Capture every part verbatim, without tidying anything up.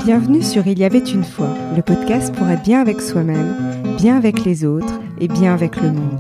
Bienvenue sur Il y avait une fois, le podcast pour être bien avec soi-même, bien avec les autres et bien avec le monde.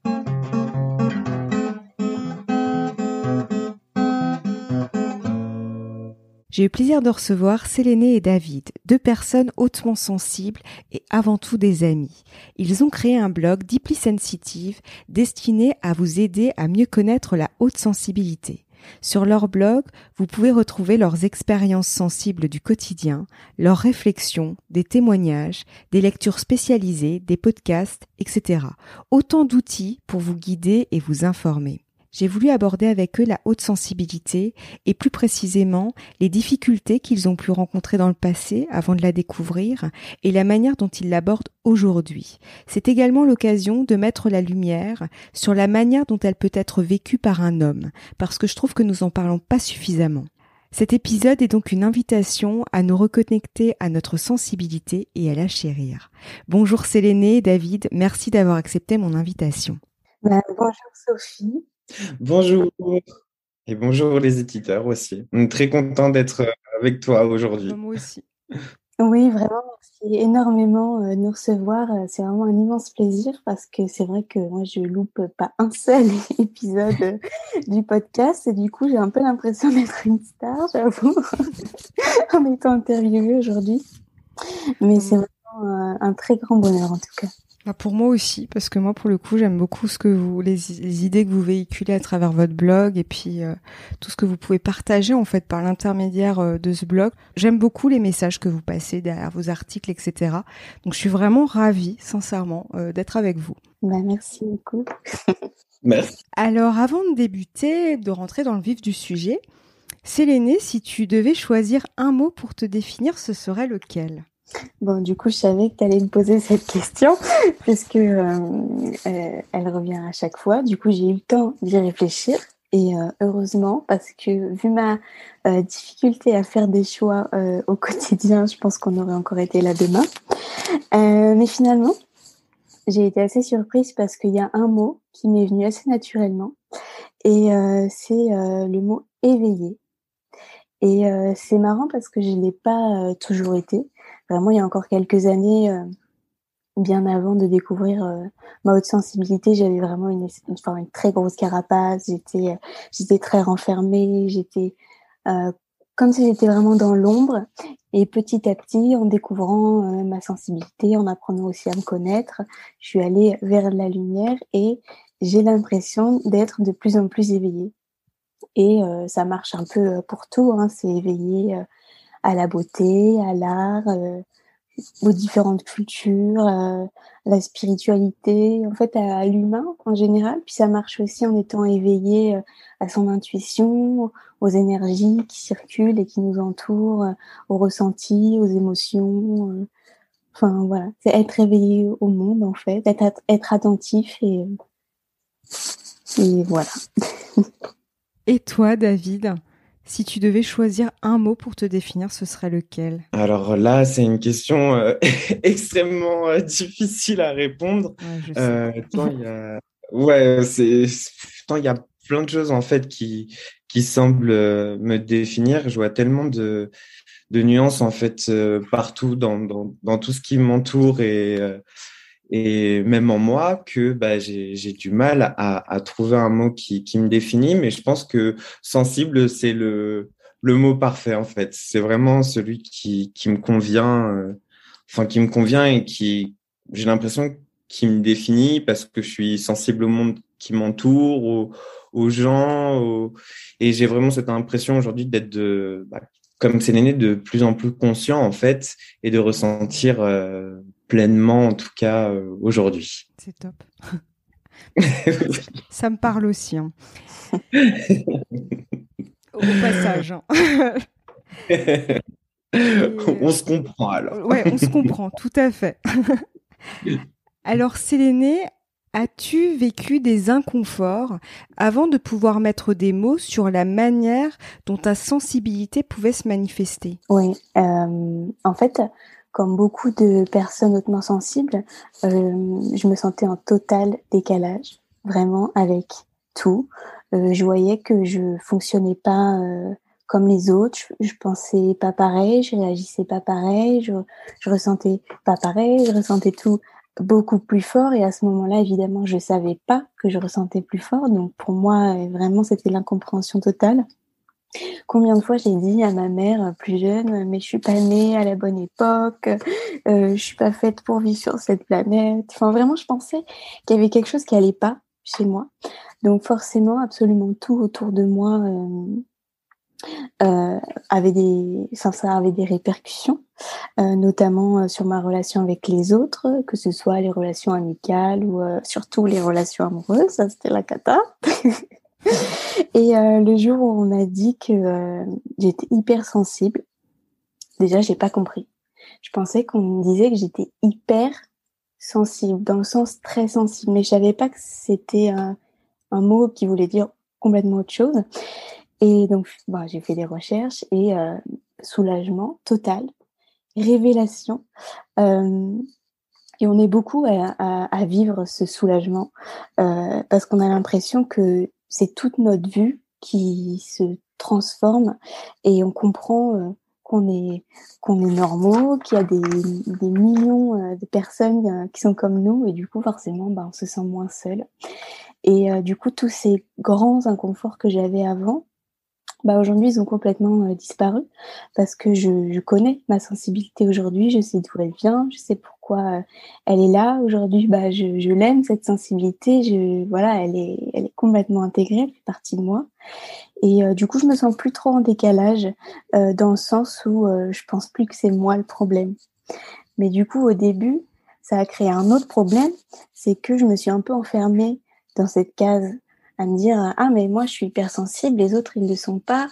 J'ai eu le plaisir de recevoir Séléné et David, deux personnes hautement sensibles et avant tout des amis. Ils ont créé un blog Deeply Sensitive destiné à vous aider à mieux connaître la haute sensibilité. Sur leur blog, vous pouvez retrouver leurs expériences sensibles du quotidien, leurs réflexions, des témoignages, des lectures spécialisées, des podcasts, et cetera. Autant d'outils pour vous guider et vous informer. J'ai voulu aborder avec eux la haute sensibilité et plus précisément les difficultés qu'ils ont pu rencontrer dans le passé avant de la découvrir et la manière dont ils l'abordent aujourd'hui. C'est également l'occasion de mettre la lumière sur la manière dont elle peut être vécue par un homme, parce que je trouve que nous en parlons pas suffisamment. Cet épisode est donc une invitation à nous reconnecter à notre sensibilité et à la chérir. Bonjour Séléné et David, merci d'avoir accepté mon invitation. Ben, bonjour Sophie. Bonjour et bonjour les éditeurs aussi. On est très content d'être avec toi aujourd'hui. Moi aussi. Oui, vraiment, merci énormément de nous recevoir. C'est vraiment un immense plaisir parce que c'est vrai que moi, je loupe pas un seul épisode du podcast et du coup, j'ai un peu l'impression d'être une star, j'avoue, en étant interviewée aujourd'hui. Mais c'est vraiment un très grand bonheur en tout cas. Bah pour moi aussi, parce que moi, pour le coup, j'aime beaucoup ce que vous, les, les idées que vous véhiculez à travers votre blog et puis euh, tout ce que vous pouvez partager en fait par l'intermédiaire euh, de ce blog. J'aime beaucoup les messages que vous passez derrière vos articles, et cetera. Donc, je suis vraiment ravie, sincèrement, euh, d'être avec vous. Bah, merci beaucoup. Merci. Alors, avant de débuter, de rentrer dans le vif du sujet, Séléné, si tu devais choisir un mot pour te définir, ce serait lequel ? Bon, du coup, je savais que tu allais me poser cette question, puisque euh, euh, elle revient à chaque fois. Du coup, j'ai eu le temps d'y réfléchir. Et euh, heureusement, parce que vu ma euh, difficulté à faire des choix euh, au quotidien, je pense qu'on aurait encore été là demain. Euh, mais finalement, j'ai été assez surprise parce qu'il y a un mot qui m'est venu assez naturellement. Et euh, c'est euh, le mot « éveillé ». Et euh, c'est marrant parce que je ne l'ai pas euh, toujours été. Vraiment, il y a encore quelques années, euh, bien avant de découvrir euh, ma haute sensibilité, j'avais vraiment une, enfin, une très grosse carapace. J'étais, euh, j'étais très renfermée. J'étais euh, comme si j'étais vraiment dans l'ombre. Et petit à petit, en découvrant euh, ma sensibilité, en apprenant aussi à me connaître, je suis allée vers la lumière et j'ai l'impression d'être de plus en plus éveillée. Et euh, ça marche un peu pour tout, hein. C'est éveillé euh, à la beauté, à l'art, euh, aux différentes cultures, euh, à la spiritualité, en fait à, à l'humain en général. Puis ça marche aussi en étant éveillé euh, à son intuition, aux énergies qui circulent et qui nous entourent, euh, aux ressentis, aux émotions. Euh, enfin voilà, c'est être éveillé au monde en fait, être, être attentif et, et voilà. Et toi, David, si tu devais choisir un mot pour te définir, ce serait lequel ? Alors là, c'est une question euh, extrêmement euh, difficile à répondre. Ouais, je sais. Euh, tant il y a... Ouais, c'est... tant il y a plein de choses en fait qui, qui semblent euh, me définir. Je vois tellement de, de nuances en fait euh, partout dans, dans, dans tout ce qui m'entoure et... Euh, et même en moi, que bah, j'ai, j'ai du mal à, à trouver un mot qui, qui me définit, mais je pense que sensible, c'est le, le mot parfait, en fait. C'est vraiment celui qui, qui me convient, euh, enfin, qui me convient et qui, j'ai l'impression qui me définit parce que je suis sensible au monde qui m'entoure, aux, aux gens, aux... et j'ai vraiment cette impression aujourd'hui d'être de, bah, comme c'est l'aîné, de plus en plus conscient, en fait, et de ressentir, euh, pleinement, en tout cas, euh, aujourd'hui. C'est top. Ça me parle aussi. Hein. Au passage. Hein. Et... On se comprend alors. Ouais, on se comprend, tout à fait. Alors, Séléné, as-tu vécu des inconforts avant de pouvoir mettre des mots sur la manière dont ta sensibilité pouvait se manifester ? Oui, euh, en fait, comme beaucoup de personnes hautement sensibles, euh, je me sentais en total décalage, vraiment avec tout. Euh, je voyais que je fonctionnais pas euh, comme les autres. Je, je pensais pas pareil, je réagissais pas pareil, je, je ressentais pas pareil, je ressentais tout beaucoup plus fort. Et à ce moment-là, évidemment, je savais pas que je ressentais plus fort. Donc pour moi, vraiment, c'était l'incompréhension totale. Combien de fois j'ai dit à ma mère plus jeune, mais je suis pas née à la bonne époque, euh, je suis pas faite pour vivre sur cette planète. Enfin, vraiment, je pensais qu'il y avait quelque chose qui allait pas chez moi. Donc forcément, absolument tout autour de moi euh, euh, avait des, enfin, ça avait des répercussions, euh, notamment euh, sur ma relation avec les autres, que ce soit les relations amicales ou euh, surtout les relations amoureuses. Ça, c'était la cata. Et euh, le jour où on m'a dit que euh, j'étais hypersensible, déjà, j'ai pas compris. Je pensais qu'on me disait que j'étais hyper sensible, dans le sens très sensible, mais je savais pas que c'était un, un mot qui voulait dire complètement autre chose. Et donc, bah, j'ai fait des recherches et euh, soulagement total, révélation. Euh, et on est beaucoup à, à, à vivre ce soulagement euh, parce qu'on a l'impression que c'est toute notre vue qui se transforme et on comprend euh, qu'on est qu'on est normaux, qu'il y a des, des millions euh, de personnes euh, qui sont comme nous et du coup forcément bah, on se sent moins seul. Et euh, du coup tous ces grands inconforts que j'avais avant, bah aujourd'hui ils ont complètement euh, disparu parce que je, je connais ma sensibilité aujourd'hui, je sais d'où elle vient, je sais pourquoi euh, elle est là aujourd'hui. Bah je, je l'aime cette sensibilité, je voilà elle est elle est complètement intégrée, elle fait partie de moi et euh, du coup je me sens plus trop en décalage euh, dans le sens où euh, je pense plus que c'est moi le problème. Mais du coup au début ça a créé un autre problème, c'est que je me suis un peu enfermée dans cette case à me dire ah mais moi je suis hypersensible, les autres ils ne le sont pas.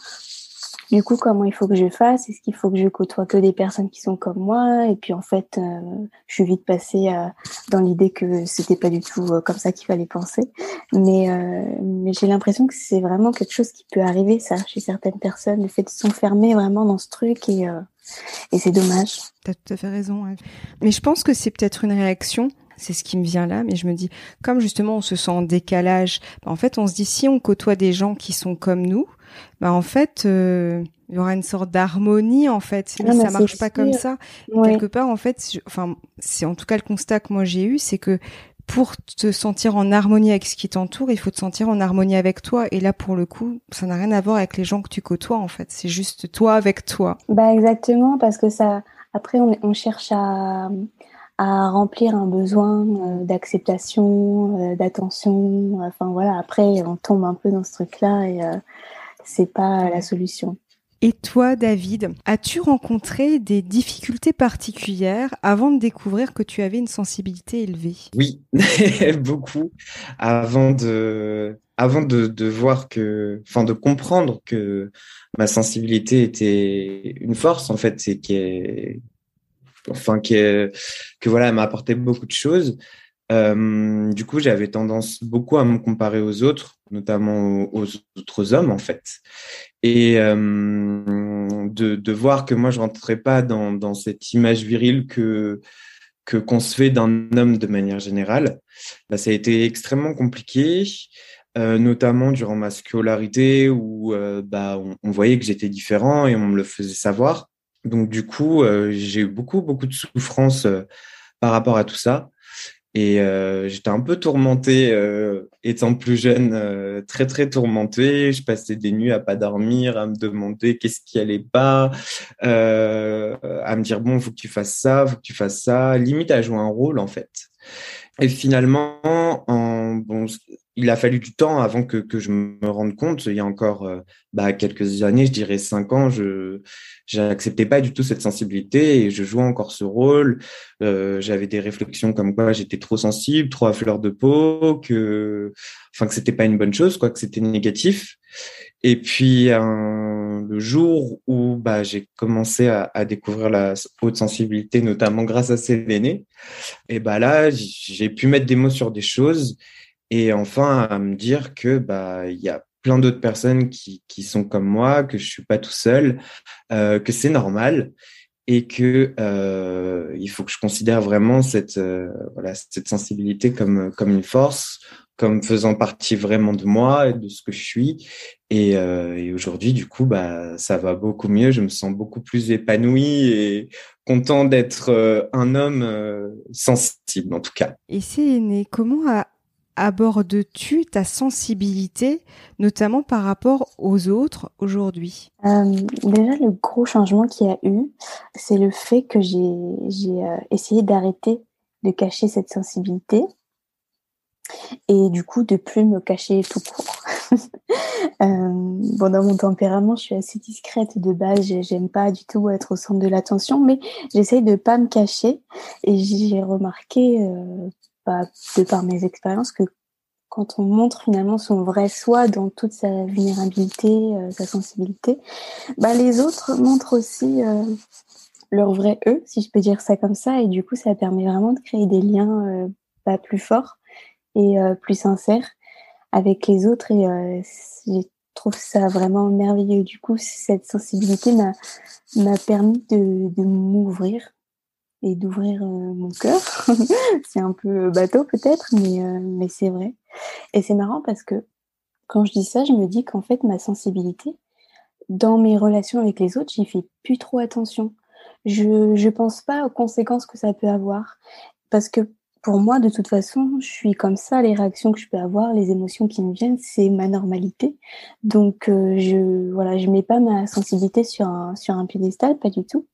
Du coup comment il faut que je fasse? Est-ce qu'il faut que je côtoie que des personnes qui sont comme moi? Et puis en fait euh, je suis vite passée euh, dans l'idée que c'était pas du tout euh, comme ça qu'il fallait penser. Mais euh, mais j'ai l'impression que c'est vraiment quelque chose qui peut arriver ça chez certaines personnes, le fait de s'enfermer vraiment dans ce truc et euh, et c'est dommage. T'as tout à fait raison. Ouais. Mais je pense que c'est peut-être une réaction. C'est ce qui me vient là, mais je me dis, comme justement on se sent en décalage, bah en fait on se dit si on côtoie des gens qui sont comme nous, bah en fait euh, il y aura une sorte d'harmonie en fait. Mais ah, ça marche sûr. Pas comme ça. Ouais. Quelque part en fait, je, enfin c'est en tout cas le constat que moi j'ai eu, c'est que pour te sentir en harmonie avec ce qui t'entoure, il faut te sentir en harmonie avec toi. Et là pour le coup, ça n'a rien à voir avec les gens que tu côtoies en fait. C'est juste toi avec toi. Bah exactement, parce que ça. Après on, on cherche à à remplir un besoin euh, d'acceptation, euh, d'attention. Enfin voilà, après on tombe un peu dans ce truc-là et euh, c'est pas la solution. Et toi, David, as-tu rencontré des difficultés particulières avant de découvrir que tu avais une sensibilité élevée? Oui, beaucoup. Avant de, avant de, de voir que, enfin de comprendre que ma sensibilité était une force en fait, c'est qu'elle enfin que que voilà, elle m'a apporté beaucoup de choses. Euh, du coup, j'avais tendance beaucoup à me comparer aux autres, notamment aux, aux autres hommes en fait, et euh, de de voir que moi je rentrais pas dans dans cette image virile que que qu'on se fait d'un homme de manière générale. Bah, ça a été extrêmement compliqué. Euh, notamment durant ma scolarité où euh, bah on, on voyait que j'étais différent et on me le faisait savoir. Donc du coup, euh, j'ai eu beaucoup beaucoup de souffrance euh, par rapport à tout ça et euh, j'étais un peu tourmenté euh, étant plus jeune, euh, très très tourmenté. Je passais des nuits à pas dormir, à me demander qu'est-ce qui allait pas, euh, à me dire bon, faut que tu fasses ça, faut que tu fasses ça, limite à jouer un rôle en fait. Et finalement, en, bon, il a fallu du temps avant que, que je me rende compte. Il y a encore euh, bah, quelques années, je dirais cinq ans, je n'acceptais pas du tout cette sensibilité et je jouais encore ce rôle. Euh, j'avais des réflexions comme quoi j'étais trop sensible, trop à fleur de peau, que, enfin, que c'était pas une bonne chose, quoi, que c'était négatif. Et puis, un, le jour où bah, j'ai commencé à, à découvrir la haute sensibilité, notamment grâce à Séléné, et bah là, j'ai pu mettre des mots sur des choses et enfin à me dire que bah il y a plein d'autres personnes qui qui sont comme moi, que je suis pas tout seul, euh, que c'est normal et que euh, il faut que je considère vraiment cette euh, voilà cette sensibilité comme comme une force comme faisant partie vraiment de moi et de ce que je suis. Et, euh, et aujourd'hui, du coup, bah, ça va beaucoup mieux. Je me sens beaucoup plus épanoui et content d'être euh, un homme euh, sensible, en tout cas. Et Séléné, comment a- abordes-tu ta sensibilité, notamment par rapport aux autres aujourd'hui? Euh, déjà, le gros changement qu'il y a eu, c'est le fait que j'ai j'ai euh, essayé d'arrêter de cacher cette sensibilité et du coup de plus me cacher tout court. Euh, bon, dans mon tempérament, je suis assez discrète de base, j'ai- j'aime pas du tout être au centre de l'attention, mais j'essaye de pas me cacher et j'ai remarqué, euh, bah, de par mes expériences, que quand on montre finalement son vrai soi dans toute sa vulnérabilité, euh, sa sensibilité, bah, les autres montrent aussi euh, leur vrai eux, si je peux dire ça comme ça, et du coup, ça permet vraiment de créer des liens euh, bah, plus forts et euh, plus sincères avec les autres, et euh, je trouve ça vraiment merveilleux. Du coup, cette sensibilité m'a m'a permis de, de m'ouvrir et d'ouvrir euh, mon cœur. C'est un peu bateau peut-être, mais, euh, mais c'est vrai. Et c'est marrant parce que quand je dis ça, je me dis qu'en fait, ma sensibilité, dans mes relations avec les autres, j'y fais plus trop attention. Je je pense pas aux conséquences que ça peut avoir parce que pour moi, de toute façon, je suis comme ça, les réactions que je peux avoir, les émotions qui me viennent, c'est ma normalité. Donc heu, je voilà, je mets pas ma sensibilité sur un sur un piédestal, pas du tout.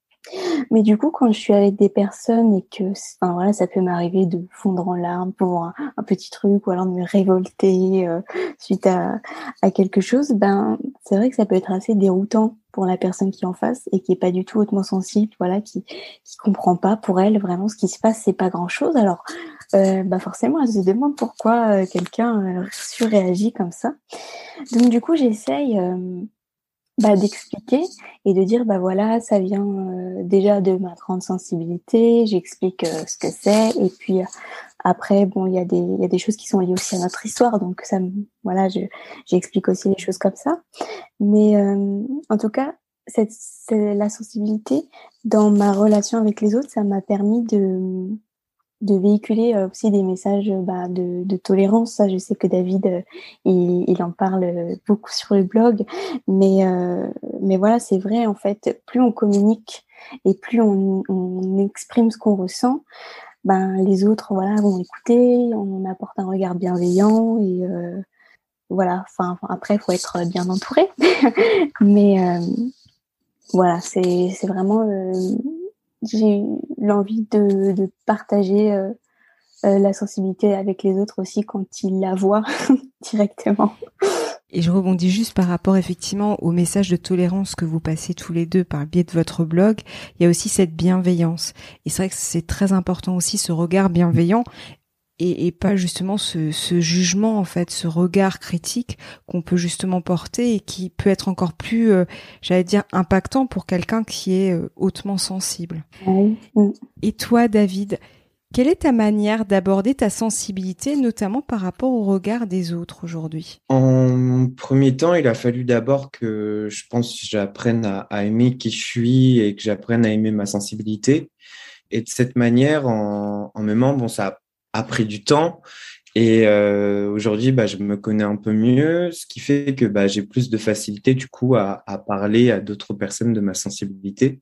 Mais du coup, quand je suis avec des personnes et que enfin voilà, ça peut m'arriver de fondre en larmes pour un un petit truc ou alors de me révolter, heu, suite à à quelque chose, ben, c'est vrai que ça peut être assez déroutant pour la personne qui est en face et qui est pas du tout hautement sensible, voilà, qui qui comprend pas. Pour elle, vraiment, ce qui se passe, c'est pas grand-chose. Alors, heu, bah, forcément, elle se demande pourquoi, heu, quelqu'un, heu, surréagit comme ça. Donc du coup, j'essaye, hem bah, d'expliquer et de dire: «Bah, voilà, ça vient, heu, déjà de ma grande sensibilité». J'explique, heu, ce que c'est et puis, heu, après bon, il y a des il y a des choses qui sont liées aussi à notre histoire, donc ça me voilà, je j'explique aussi les choses comme ça. Mais, hem, en tout cas, cette c'est la sensibilité dans ma relation avec les autres, ça m'a permis de, mmh, de véhiculer, heu, aussi des messages, heu, bah, de de tolérance. Ça, je sais que David, heu, il il en parle, heu, beaucoup sur le blog. Mais heu, mais voilà, c'est vrai, en fait, plus on communique et plus on on exprime ce qu'on ressent, ben, les autres, voilà, vont écouter, on apporte un regard bienveillant et heu, voilà, enfin, après, il faut être bien entouré. Mais hem, voilà, c'est c'est vraiment, heu, j'ai eu l'envie de de partager, heu heu, la sensibilité avec les autres aussi quand ils la voient directement. Et je rebondis juste par rapport effectivement au message de tolérance que vous passez tous les deux par le biais de votre blog. Il y a aussi cette bienveillance. Et c'est vrai que c'est très important aussi ce regard bienveillant et, et pas justement ce, ce jugement, en fait, ce regard critique qu'on peut justement porter et qui peut être encore plus, euh, j'allais dire, impactant pour quelqu'un qui est euh, hautement sensible. Oui. Mmh. Et toi, David, quelle est ta manière d'aborder ta sensibilité, notamment par rapport au regard des autres aujourd'hui? En premier temps, il a fallu d'abord que je pense que j'apprenne à, à aimer qui je suis et que j'apprenne à aimer ma sensibilité. Et de cette manière, en, en m'aimant, bon, ça a pris du temps. Et euh, aujourd'hui, bah, je me connais un peu mieux, ce qui fait que bah, j'ai plus de facilité du coup à, à parler à d'autres personnes de ma sensibilité.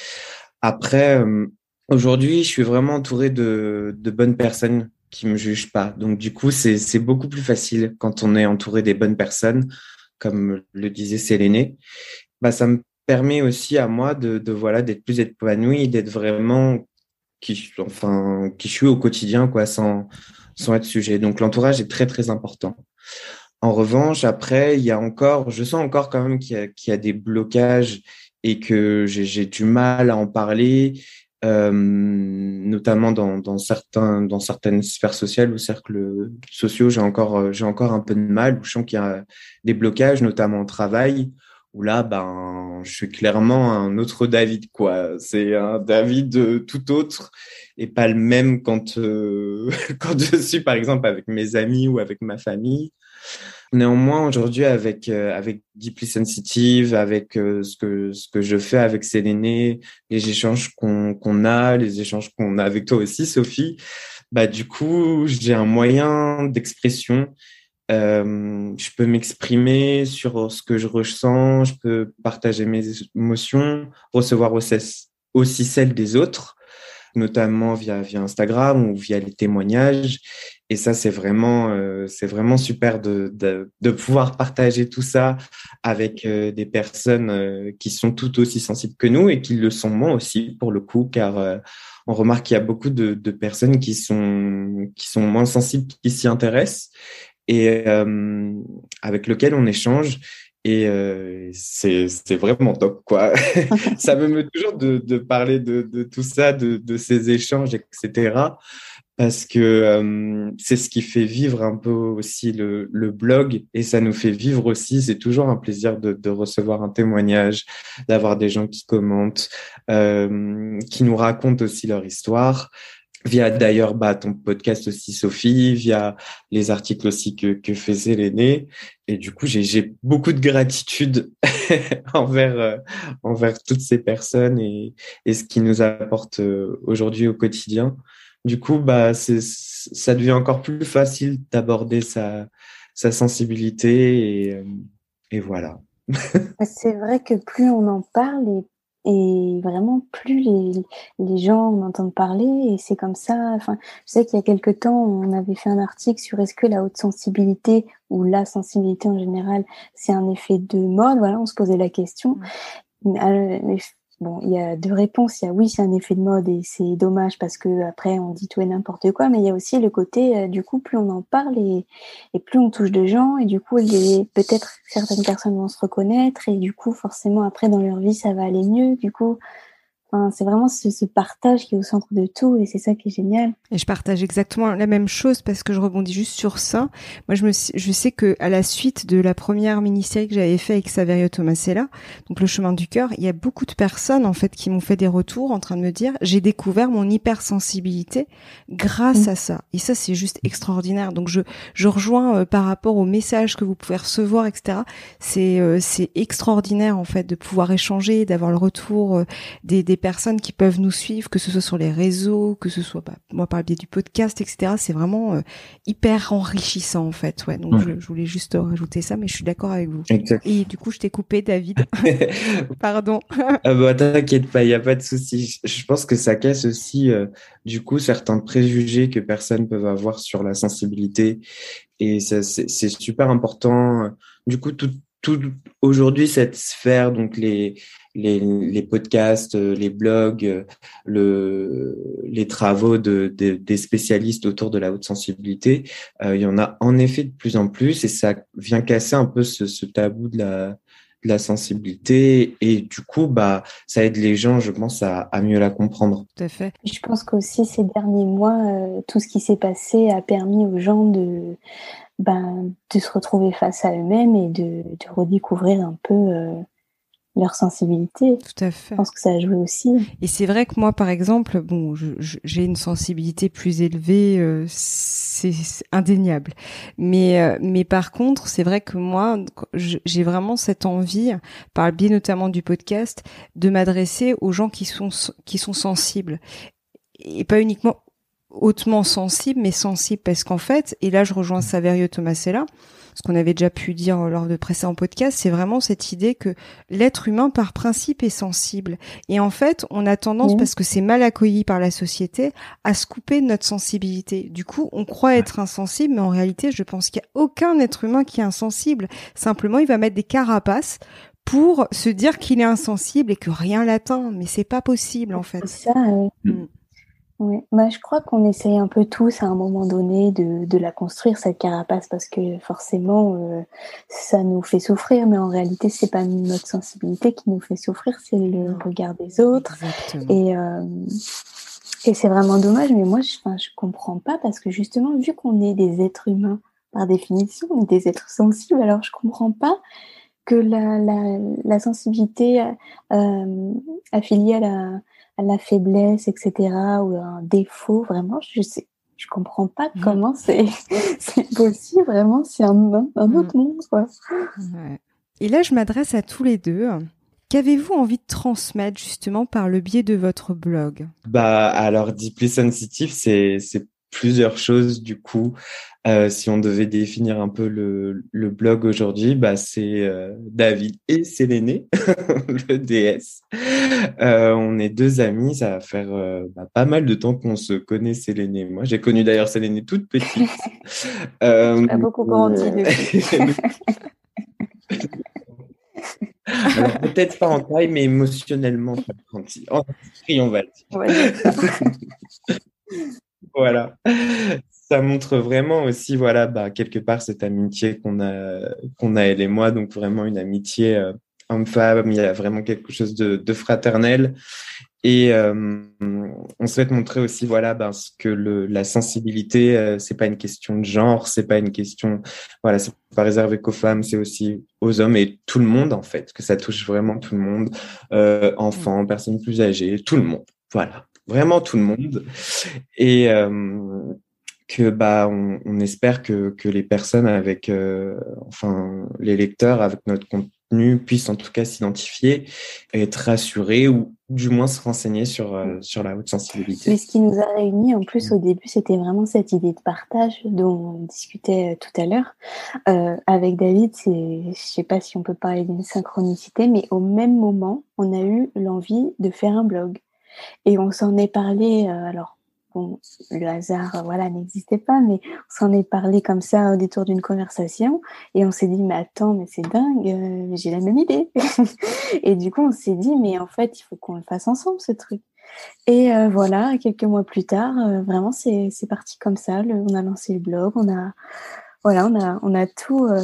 Après, euh, aujourd'hui, je suis vraiment entouré de, de bonnes personnes qui me jugent pas. Donc du coup, c'est c'est beaucoup plus facile quand on est entouré des bonnes personnes, comme le disait Séléné. Bah, ça me permet aussi à moi de, de voilà d'être plus épanoui, d'être vraiment qui je- enfin qui je suis au quotidien quoi, sans sans être sujet. Donc l'entourage est très très important. En revanche, après, il y a encore, je sens encore quand même qu'il y a, qu'il y a des blocages et que j'ai, j'ai du mal à en parler, euh, notamment dans, dans certains, dans certaines sphères sociales ou cercles sociaux, j'ai encore, euh, j'ai encore un peu de mal, où je sens qu'il y a des blocages, notamment au travail, où là, ben, je suis clairement un autre David, quoi. C'est un David euh, tout autre et pas le même quand, euh, quand je suis, par exemple, avec mes amis ou avec ma famille. Néanmoins, aujourd'hui, avec euh, avec Deeply Sensitive, avec euh, ce que ce que je fais avec Séléné, les échanges qu'on qu'on a, les échanges qu'on a avec toi aussi, Sophie, bah du coup, j'ai un moyen d'expression. Euh, je peux m'exprimer sur ce que je ressens, je peux partager mes émotions, recevoir aussi, aussi celles des autres, notamment via, via Instagram ou via les témoignages. Et ça, c'est vraiment, euh, c'est vraiment super de, de, de pouvoir partager tout ça avec euh, des personnes euh, qui sont tout aussi sensibles que nous et qui le sont moins aussi, pour le coup, car euh, on remarque qu'il y a beaucoup de, de personnes qui sont, qui sont moins sensibles, qui s'y intéressent et euh, avec lequel on échange. Et euh, c'est c'est vraiment top, quoi. Ça me met toujours de, de parler de, de tout ça, de, de ces échanges, et cetera. Parce que euh, c'est ce qui fait vivre un peu aussi le, le blog et ça nous fait vivre aussi. C'est toujours un plaisir de, de recevoir un témoignage, d'avoir des gens qui commentent, euh, qui nous racontent aussi leur histoire via d'ailleurs bah, ton podcast aussi, Sophie, via les articles aussi que, que faisait l'aîné. Et du coup, j'ai, j'ai beaucoup de gratitude envers, euh, envers toutes ces personnes et, et ce qu'ils nous apportent euh, aujourd'hui au quotidien. Du coup, bah, c'est, ça devient encore plus facile d'aborder sa, sa sensibilité et, euh, et voilà. C'est vrai que plus on en parle et, et vraiment plus les, les gens en entendent parler et c'est comme ça. Enfin, je sais qu'il y a quelque temps, on avait fait un article sur est-ce que la haute sensibilité ou la sensibilité en général, c'est un effet de mode. Voilà, on se posait la question. Mais, euh, mais bon, il y a deux réponses. Il y a oui, c'est un effet de mode et c'est dommage parce que après on dit tout et n'importe quoi. Mais il y a aussi le côté, euh, du coup, plus on en parle et, et plus on touche de gens et du coup, les, peut-être certaines personnes vont se reconnaître et du coup, forcément, après dans leur vie, ça va aller mieux. Du coup, enfin, c'est vraiment ce, ce partage qui est au centre de tout et c'est ça qui est génial. Et je partage exactement la même chose parce que je rebondis juste sur ça. Moi, je me, je sais que à la suite de la première mini-série que j'avais fait avec Saverio Tomasella, donc Le Chemin du Cœur, il y a beaucoup de personnes en fait qui m'ont fait des retours en train de me dire j'ai découvert mon hypersensibilité grâce mmh. à ça. Et ça, c'est juste extraordinaire. Donc je je rejoins euh, par rapport aux messages que vous pouvez recevoir, et cetera. C'est euh, c'est extraordinaire en fait de pouvoir échanger, d'avoir le retour euh, des des personnes qui peuvent nous suivre, que ce soit sur les réseaux, que ce soit bah, moi par le biais du podcast, et cetera. C'est vraiment euh, hyper enrichissant en fait. Ouais. Donc mmh. je, je voulais juste rajouter ça, mais je suis d'accord avec vous. Exact. Et du coup, je t'ai coupé, David. Pardon. Ah bah t'inquiète pas, il y a pas de souci. Je pense que ça casse aussi euh, du coup certains préjugés que personnes peuvent avoir sur la sensibilité et ça c'est, c'est super important. Du coup, tout tout aujourd'hui cette sphère, donc les les les podcasts, les blogs, le les travaux de, de des spécialistes autour de la haute sensibilité, euh, il y en a en effet de plus en plus et ça vient casser un peu ce, ce tabou de la de la sensibilité et du coup bah ça aide les gens, je pense, à, à mieux la comprendre. Tout à fait. Je pense qu'aussi ces derniers mois, euh, tout ce qui s'est passé a permis aux gens de ben, de se retrouver face à eux-mêmes et de, de redécouvrir un peu euh, leur sensibilité. Tout à fait. Je pense que ça a joué aussi. Et c'est vrai que moi, par exemple, bon, je, je, j'ai une sensibilité plus élevée, euh, c'est, c'est indéniable. Mais, euh, mais par contre, c'est vrai que moi, je, j'ai vraiment cette envie, par le biais notamment du podcast, de m'adresser aux gens qui sont qui sont sensibles et pas uniquement hautement sensibles, mais sensibles parce qu'en fait, et là, je rejoins Saverio Tomasella. Ce qu'on avait déjà pu dire lors de précédents podcasts, c'est vraiment cette idée que l'être humain, par principe, est sensible. Et en fait, on a tendance, mmh. parce que c'est mal accueilli par la société, à se couper de notre sensibilité. Du coup, on croit être insensible, mais en réalité, je pense qu'il n'y a aucun être humain qui est insensible. Simplement, il va mettre des carapaces pour se dire qu'il est insensible et que rien l'atteint. Mais c'est pas possible, en fait. C'est ça, oui. Mmh. Oui, bah, je crois qu'on essaye un peu tous à un moment donné de, de la construire, cette carapace, parce que forcément, euh, ça nous fait souffrir, mais en réalité, c'est pas notre sensibilité qui nous fait souffrir, c'est le regard des autres. Exactement. Et, euh, et c'est vraiment dommage, mais moi, je, enfin, je comprends pas, parce que justement, vu qu'on est des êtres humains, par définition, on est des êtres sensibles, alors je comprends pas que la, la, la sensibilité euh, affiliée à la à la faiblesse, et cetera, ou un défaut, vraiment, je sais, je comprends pas mmh. comment c'est, c'est possible, vraiment, c'est un, un autre mmh. monde, quoi. Ouais. Et là, je m'adresse à tous les deux. Qu'avez-vous envie de transmettre justement par le biais de votre blog? Bah, alors, Deeply Sensitive, c'est, c'est plusieurs choses du coup. Euh, si on devait définir un peu le, le blog aujourd'hui, bah, c'est euh, David et Séléné, le D S. Euh, on est deux amis, ça va faire euh, bah, pas mal de temps qu'on se connaît, Séléné. Moi, j'ai connu d'ailleurs Séléné toute petite. euh, pas beaucoup grandi depuis. Alors, peut-être pas en taille, mais émotionnellement, en esprit, on va dire. On va dire ça. Voilà. Ça montre vraiment aussi, voilà, bah, quelque part, cette amitié qu'on a, qu'on a elle et moi. Donc, vraiment une amitié euh, homme-femme. Il y a vraiment quelque chose de, de fraternel. Et euh, on souhaite montrer aussi, voilà, ben, ce que le, la sensibilité, euh, c'est pas une question de genre, c'est pas une question, voilà, c'est pas réservé qu'aux femmes, c'est aussi aux hommes et tout le monde, en fait, que ça touche vraiment tout le monde, euh, enfants, personnes plus âgées, tout le monde. Voilà. Vraiment tout le monde. Et euh, que bah on, on espère que que les personnes avec euh, enfin les lecteurs avec notre contenu puissent en tout cas s'identifier et être rassurés ou du moins se renseigner sur euh, sur la haute sensibilité. Mais ce qui nous a réunis en plus au début, c'était vraiment cette idée de partage dont on discutait tout à l'heure euh, avec David. C'est, je sais pas si on peut parler d'une synchronicité, mais au même moment, on a eu l'envie de faire un blog. Et on s'en est parlé, euh, alors, bon, le hasard, euh, voilà, n'existait pas, mais on s'en est parlé comme ça au détour d'une conversation, et on s'est dit, mais attends, mais c'est dingue, euh, j'ai la même idée. Et du coup, on s'est dit, mais en fait, il faut qu'on le fasse ensemble, ce truc. Et euh, voilà, quelques mois plus tard, euh, vraiment, c'est, c'est parti comme ça. Le, on a lancé le blog, on a, voilà, on a, on a tout... Euh,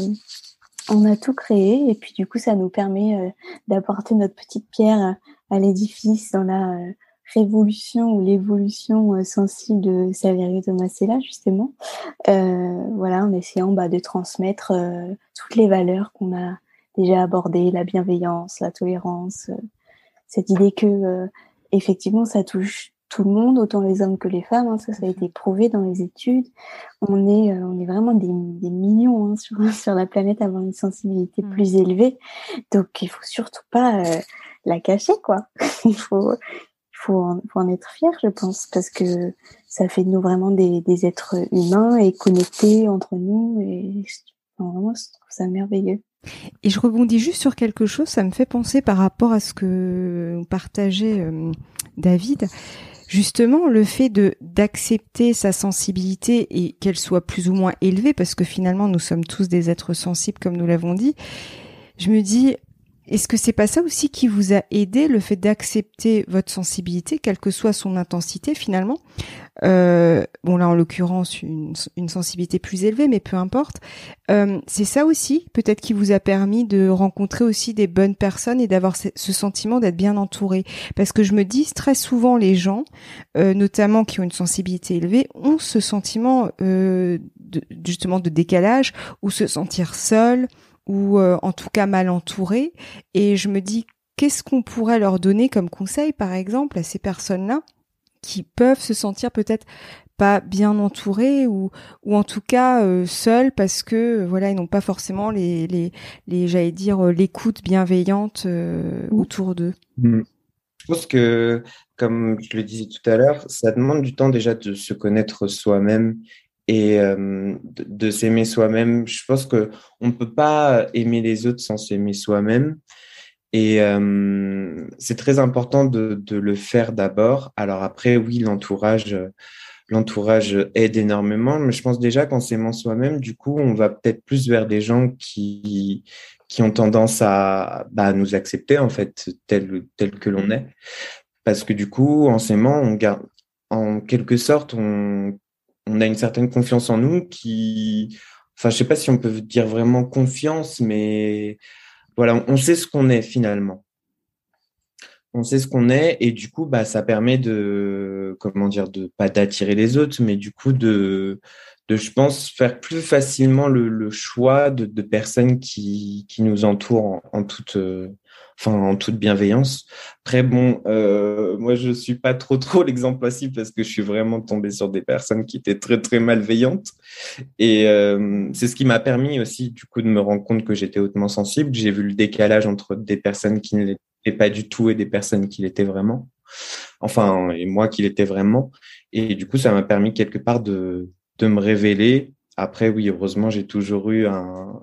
On a tout créé et puis du coup, ça nous permet euh, d'apporter notre petite pierre à l'édifice dans la euh, révolution ou l'évolution euh, sensible de Saverio Tomasella, justement. Euh, voilà, en essayant bah, de transmettre euh, toutes les valeurs qu'on a déjà abordées, la bienveillance, la tolérance, euh, cette idée que euh, effectivement, ça touche tout le monde, autant les hommes que les femmes. Hein, ça, ça a été prouvé dans les études. On est, euh, on est vraiment des, des millions hein, sur, sur la planète à avoir une sensibilité mmh. plus élevée. Donc, il faut surtout pas euh, la cacher, quoi. il faut, il faut en, faut en être fier, je pense, parce que ça fait de nous vraiment des, des êtres humains et connectés entre nous. Et vraiment, je trouve ça merveilleux. Et je rebondis juste sur quelque chose, ça me fait penser par rapport à ce que partageait euh, David. Justement, le fait de d'accepter sa sensibilité et qu'elle soit plus ou moins élevée, parce que finalement, nous sommes tous des êtres sensibles, comme nous l'avons dit, je me dis, est-ce que c'est pas ça aussi qui vous a aidé, le fait d'accepter votre sensibilité, quelle que soit son intensité finalement? Euh, bon là en l'occurrence une, une sensibilité plus élevée, mais peu importe. Euh, c'est ça aussi peut-être qui vous a permis de rencontrer aussi des bonnes personnes et d'avoir ce, ce sentiment d'être bien entouré. Parce que je me dis très souvent les gens, euh, notamment qui ont une sensibilité élevée, ont ce sentiment euh, de, justement de décalage ou se sentir seul ou euh, en tout cas mal entouré. Et je me dis qu'est-ce qu'on pourrait leur donner comme conseil par exemple à ces personnes-là qui peuvent se sentir peut-être pas bien entourés ou ou en tout cas euh, seuls parce que voilà ils n'ont pas forcément les les les j'allais dire euh, l'écoute bienveillante euh, mmh. autour d'eux. Mmh. Je pense que comme je le disais tout à l'heure, ça demande du temps déjà de se connaître soi-même et euh, de, de s'aimer soi-même. Je pense que on peut pas aimer les autres sans s'aimer soi-même. Et euh, c'est très important de, de le faire d'abord. Alors après, oui, l'entourage, l'entourage aide énormément, mais je pense déjà qu'en s'aimant soi-même, du coup, on va peut-être plus vers des gens qui qui ont tendance à bah, nous accepter en fait tel tel que l'on est, parce que du coup, en s'aimant, on garde, en quelque sorte, on on a une certaine confiance en nous qui, enfin, je sais pas si on peut dire vraiment confiance, mais voilà, on sait ce qu'on est finalement. On sait ce qu'on est et du coup, bah, ça permet de, comment dire, de pas d'attirer les autres, mais du coup de de, je pense, faire plus facilement le, le choix de, de personnes qui, qui nous entourent en, en toute, euh, enfin, en toute bienveillance. Après, bon, euh, moi, je suis pas trop, trop l'exemple possible parce que je suis vraiment tombé sur des personnes qui étaient très, très malveillantes. Et euh, c'est ce qui m'a permis aussi, du coup, de me rendre compte que j'étais hautement sensible. J'ai vu le décalage entre des personnes qui ne l'étaient pas du tout et des personnes qui l'étaient vraiment. Enfin, et moi qui l'étais vraiment. Et du coup, ça m'a permis quelque part de, de me révéler. Après, oui, heureusement, j'ai toujours eu un,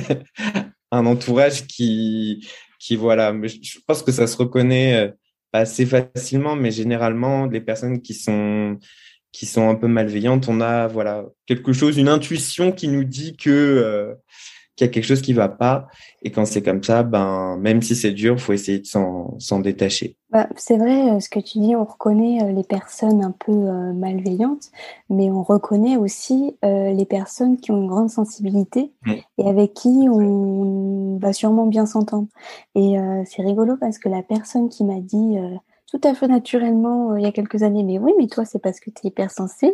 un entourage qui, qui, voilà, mais je je pense que ça se reconnaît euh, assez facilement, mais généralement, les personnes qui sont, qui sont un peu malveillantes, on a, voilà, quelque chose, une intuition qui nous dit que, euh, qu'il y a quelque chose qui va pas. Et quand c'est comme ça, ben, même si c'est dur, faut essayer de s'en, s'en détacher. Bah, c'est vrai, euh, ce que tu dis, on reconnaît euh, les personnes un peu euh, malveillantes, mais on reconnaît aussi euh, les personnes qui ont une grande sensibilité Mm. et avec qui on va sûrement bien s'entendre. Et euh, c'est rigolo parce que la personne qui m'a dit euh, tout à fait naturellement euh, il y a quelques années, mais oui, mais toi, c'est parce que tu es hypersensible,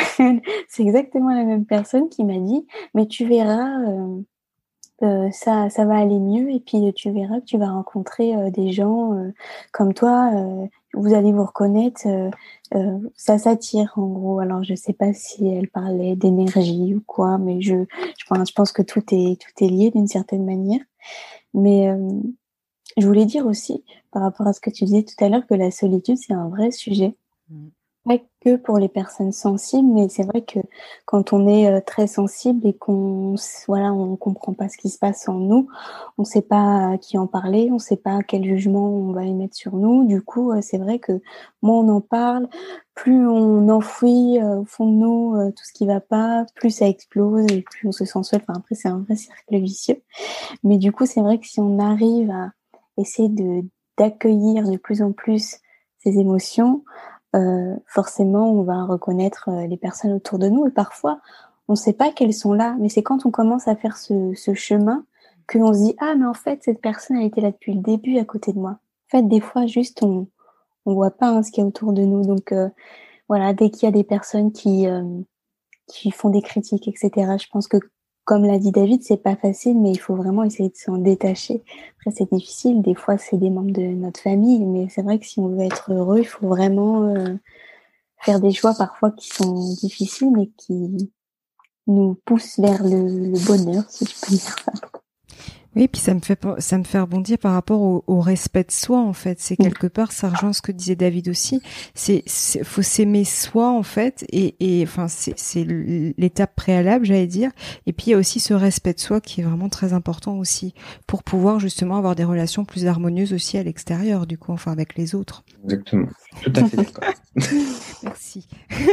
c'est exactement la même personne qui m'a dit, mais tu verras. euh, euh, ça, ça va aller mieux et puis euh, tu verras que tu vas rencontrer euh, des gens euh, comme toi, euh, vous allez vous reconnaître, euh, euh, ça s'attire en gros. Alors je sais pas si elle parlait d'énergie ou quoi, mais je, je pense, je pense que tout est, tout est lié d'une certaine manière. Mais euh, je voulais dire aussi, par rapport à ce que tu disais tout à l'heure, que la solitude, c'est un vrai sujet. Mm. Pas que pour les personnes sensibles, mais c'est vrai que quand on est euh, très sensible et qu'on s- voilà, on comprend pas ce qui se passe en nous, on sait pas à qui en parler, on sait pas quel jugement on va émettre sur nous. Du coup, euh, c'est vrai que moins on en parle, plus on enfouit euh, au fond de nous euh, tout ce qui va pas, plus ça explose et plus on se sent seul. Enfin, après, c'est un vrai cercle vicieux. Mais du coup, c'est vrai que si on arrive à essayer de d'accueillir de plus en plus ces émotions, euh, forcément, on va reconnaître euh, les personnes autour de nous. Et parfois, on ne sait pas qu'elles sont là, mais c'est quand on commence à faire ce, ce chemin qu'on se dit, ah, mais en fait, cette personne, elle était là depuis le début à côté de moi. En fait, des fois, juste, on on voit pas hein, ce qu'il y a autour de nous. Donc, euh, voilà, dès qu'il y a des personnes qui, euh, qui font des critiques, et cetera. Je pense que, comme l'a dit David, c'est pas facile, mais il faut vraiment essayer de s'en détacher. Après, c'est difficile. Des fois, c'est des membres de notre famille, mais c'est vrai que si on veut être heureux, il faut vraiment euh, faire des choix parfois qui sont difficiles, mais qui nous poussent vers le, le bonheur, si je peux dire ça. Oui, puis ça me fait ça me fait rebondir par rapport au, au respect de soi en fait. C'est quelque part, ça rejoint ce que disait David aussi. C'est, c'est faut s'aimer soi en fait, et, et enfin c'est c'est l'étape préalable, j'allais dire. Et puis il y a aussi ce respect de soi qui est vraiment très important aussi pour pouvoir justement avoir des relations plus harmonieuses aussi à l'extérieur, du coup, enfin avec les autres. Exactement. Tout à fait d'accord. Merci.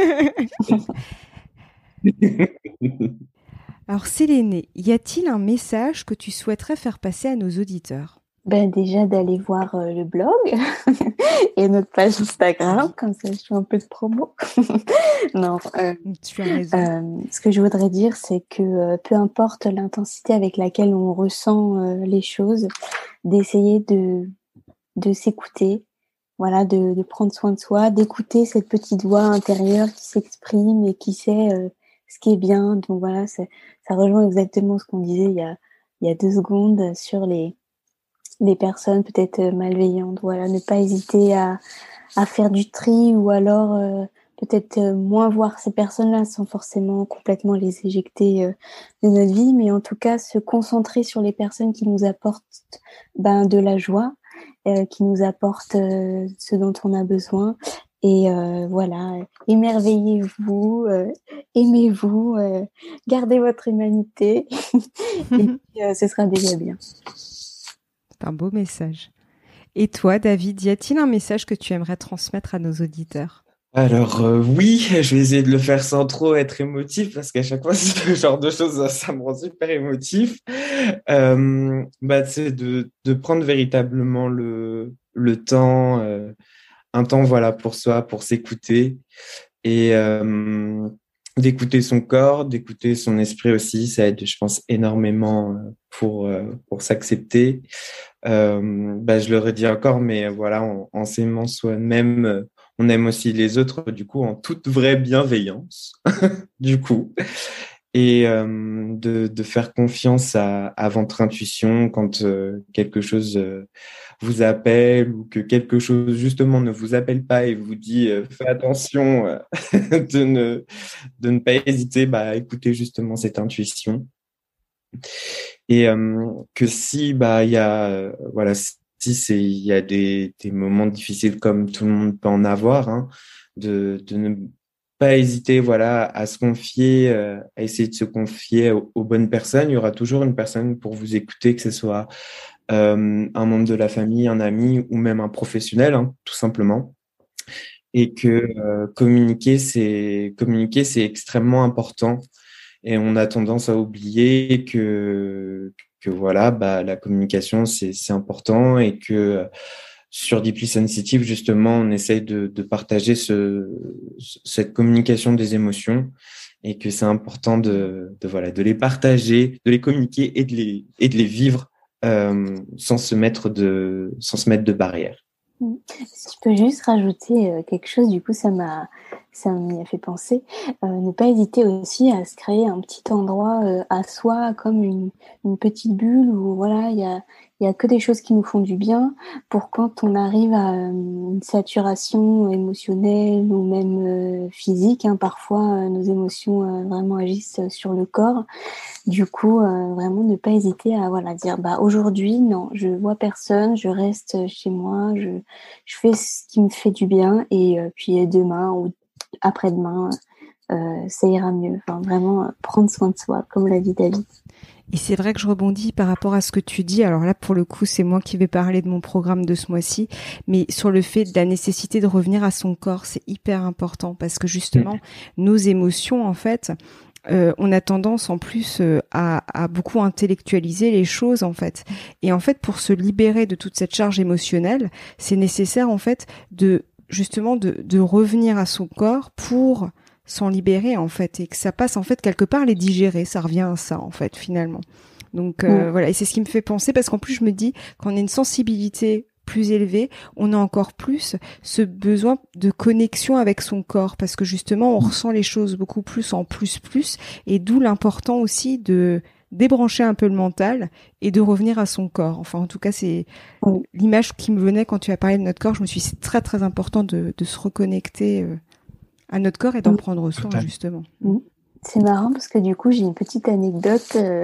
Alors Séléné, y a-t-il un message que tu souhaiterais faire passer à nos auditeurs? Ben déjà d'aller voir euh, le blog et notre page Instagram, comme ça je fais un peu de promo. non, euh, Tu as raison. euh, ce que je voudrais dire, c'est que euh, peu importe l'intensité avec laquelle on ressent euh, les choses, d'essayer de, de s'écouter, voilà, de, de prendre soin de soi, d'écouter cette petite voix intérieure qui s'exprime et qui sait euh, ce qui est bien. Donc voilà, c'est, ça rejoint exactement ce qu'on disait il y a, il y a deux secondes sur les les personnes peut-être malveillantes. Voilà, ne pas hésiter à, à faire du tri ou alors euh, peut-être euh, moins voir ces personnes-là sans forcément complètement les éjecter euh, de notre vie, mais en tout cas se concentrer sur les personnes qui nous apportent ben, de la joie, euh, qui nous apportent euh, ce dont on a besoin. Et euh, voilà, émerveillez-vous, euh, aimez-vous, euh, gardez votre humanité et puis, euh, ce sera déjà bien. C'est un beau message. Et toi, David, y a-t-il un message que tu aimerais transmettre à nos auditeurs? Alors euh, oui, je vais essayer de le faire sans trop être émotif parce qu'à chaque fois, ce genre de choses, ça me rend super émotif. Euh, bah, c'est de, de prendre véritablement le, le temps, euh, un temps voilà pour soi, pour s'écouter et euh, d'écouter son corps, d'écouter son esprit aussi. Ça aide, je pense, énormément euh, pour, euh, pour s'accepter. Euh, bah, je le redis encore, mais voilà, en, en s'aimant soi-même, on aime aussi les autres, du coup, en toute vraie bienveillance, du coup. Et euh, de, de faire confiance à, à votre intuition quand euh, quelque chose euh, vous appelle ou que quelque chose justement ne vous appelle pas et vous dit euh, fais attention euh, de ne de ne pas hésiter bah, à écouter justement cette intuition et euh, que si bah il y a euh, voilà si c'est il y a des des moments difficiles comme tout le monde peut en avoir hein, de de ne pas hésiter voilà à se confier euh, à essayer de se confier aux, aux bonnes personnes. Il y aura toujours une personne pour vous écouter, que ce soit euh, un membre de la famille, un ami ou même un professionnel hein, tout simplement. Et que euh, communiquer c'est communiquer c'est extrêmement important et on a tendance à oublier que que voilà bah la communication c'est c'est important et que sur Deeply Sensitive, justement, on essaye de, de partager ce, cette communication des émotions et que c'est important de, de, voilà, de les partager, de les communiquer et de les, et de les vivre euh, sans se mettre de, sans se mettre de barrières. Si je peux juste rajouter euh, quelque chose, du coup, ça m'a, ça m'y a fait penser. Euh, ne pas hésiter aussi à se créer un petit endroit euh, à soi, comme une, une petite bulle où voilà, il y a, il y a que des choses qui nous font du bien pour quand on arrive à euh, une saturation émotionnelle ou même euh, physique. Hein, parfois, euh, nos émotions euh, vraiment agissent sur le corps. Du coup, euh, vraiment ne pas hésiter à voilà dire bah aujourd'hui non, je vois personne, je reste chez moi, je je fais ce qui me fait du bien et euh, puis demain ou après-demain euh, ça ira mieux. Enfin vraiment euh, prendre soin de soi, comme l'a dit David. Et c'est vrai que je rebondis par rapport à ce que tu dis. Alors là, pour le coup, c'est moi qui vais parler de mon programme de ce mois-ci, mais sur le fait de la nécessité de revenir à son corps, c'est hyper important parce que justement, nos émotions, en fait, Euh, on a tendance en plus euh, à, à beaucoup intellectualiser les choses en fait. Et en fait, pour se libérer de toute cette charge émotionnelle, c'est nécessaire en fait de justement de, de revenir à son corps pour s'en libérer en fait et que ça passe en fait quelque part les digérer. Ça revient à ça en fait finalement. Donc euh, Mm. voilà, et c'est ce qui me fait penser parce qu'en plus je me dis qu'on a une sensibilité plus élevé, on a encore plus ce besoin de connexion avec son corps parce que justement on ressent les choses beaucoup plus en plus plus et d'où l'important aussi de débrancher un peu le mental et de revenir à son corps. Enfin en tout cas c'est Oui. l'image qui me venait quand tu as parlé de notre corps. Je me suis dit c'est très très important de, de se reconnecter euh, à notre corps et d'en Oui. prendre soin justement. Mm. C'est marrant parce que du coup j'ai une petite anecdote. Euh,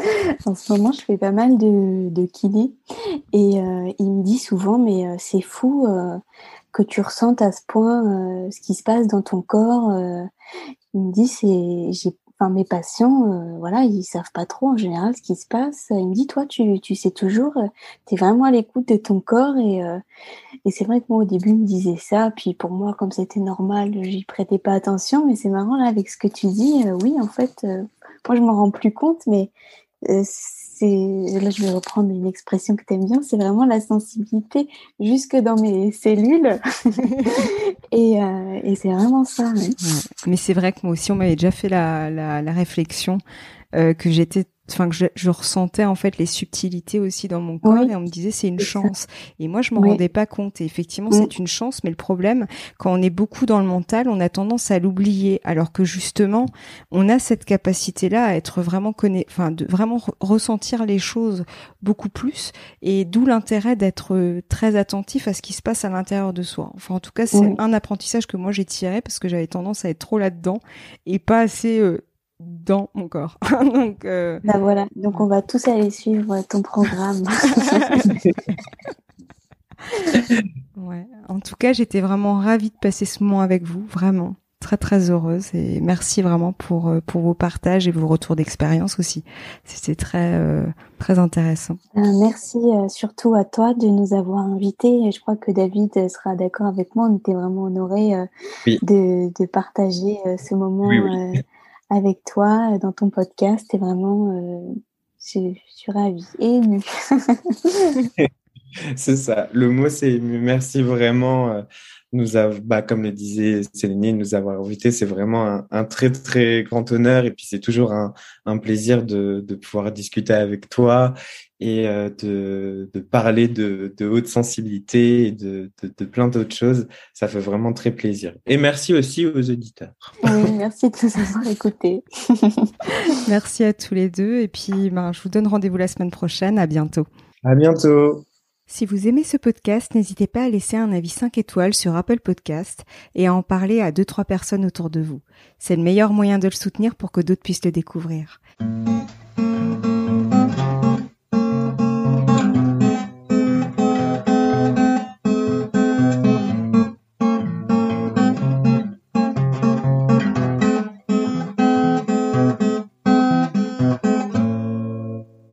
en ce moment je fais pas mal de, de kiné et euh, il me dit souvent mais euh, c'est fou euh, que tu ressentes à ce point euh, ce qui se passe dans ton corps. Euh, il me dit c'est j'ai enfin mes patients euh, voilà ils savent pas trop en général ce qui se passe. Il me dit toi tu tu sais toujours euh, t'es vraiment à l'écoute de ton corps et euh, et c'est vrai que moi, au début, il me disait ça, puis pour moi, comme c'était normal, j'y prêtais pas attention, mais c'est marrant, là, avec ce que tu dis, euh, oui, en fait, euh, moi, je m'en rends plus compte, mais euh, c'est, là, je vais reprendre une expression que t'aimes bien, c'est vraiment la sensibilité jusque dans mes cellules, et, euh, et c'est vraiment ça. Ouais. Ouais. Mais c'est vrai que moi aussi, on m'avait déjà fait la, la, la réflexion euh, que j'étais enfin que je, je ressentais en fait les subtilités aussi dans mon corps Oui, et on me disait c'est une c'est chance ça. et moi je m'en Oui. rendais pas compte et effectivement Mm. c'est une chance mais le problème quand on est beaucoup dans le mental on a tendance à l'oublier alors que justement on a cette capacité là à être vraiment conna... enfin de vraiment re- ressentir les choses beaucoup plus et d'où l'intérêt d'être très attentif à ce qui se passe à l'intérieur de soi. Enfin en tout cas c'est Oui. un apprentissage que moi j'ai tiré parce que j'avais tendance à être trop là-dedans et pas assez euh, dans mon corps. Donc, euh... Bah voilà, donc on va tous aller suivre ton programme. ouais. En tout cas, j'étais vraiment ravie de passer ce moment avec vous, vraiment très très heureuse et merci vraiment pour pour vos partages et vos retours d'expérience aussi. C'était très euh, très intéressant. Euh, merci euh, surtout à toi de nous avoir invités. Et je crois que David sera d'accord avec moi. On était vraiment honorés euh, Oui, de, de partager euh, ce moment oui, oui. euh, avec toi euh, dans ton podcast. Et vraiment, euh, je, je suis ravie et émue. C'est ça. Le mot, c'est ému. Merci vraiment euh, nous avoir, bah, comme le disait Sélénie, nous avoir invités. C'est vraiment un, un très, très grand honneur. Et puis, c'est toujours un, un plaisir de, de pouvoir discuter avec toi et euh, de, de parler de, de haute sensibilité et de, de, de plein d'autres choses. Ça fait vraiment très plaisir. Et merci aussi aux auditeurs. Oui, merci de nous avoir écoutés. Merci à tous les deux. Et puis, ben, je vous donne rendez-vous la semaine prochaine. À bientôt. À bientôt. Si vous aimez ce podcast, n'hésitez pas à laisser un avis cinq étoiles sur Apple Podcast et à en parler à deux trois personnes autour de vous. C'est le meilleur moyen de le soutenir pour que d'autres puissent le découvrir.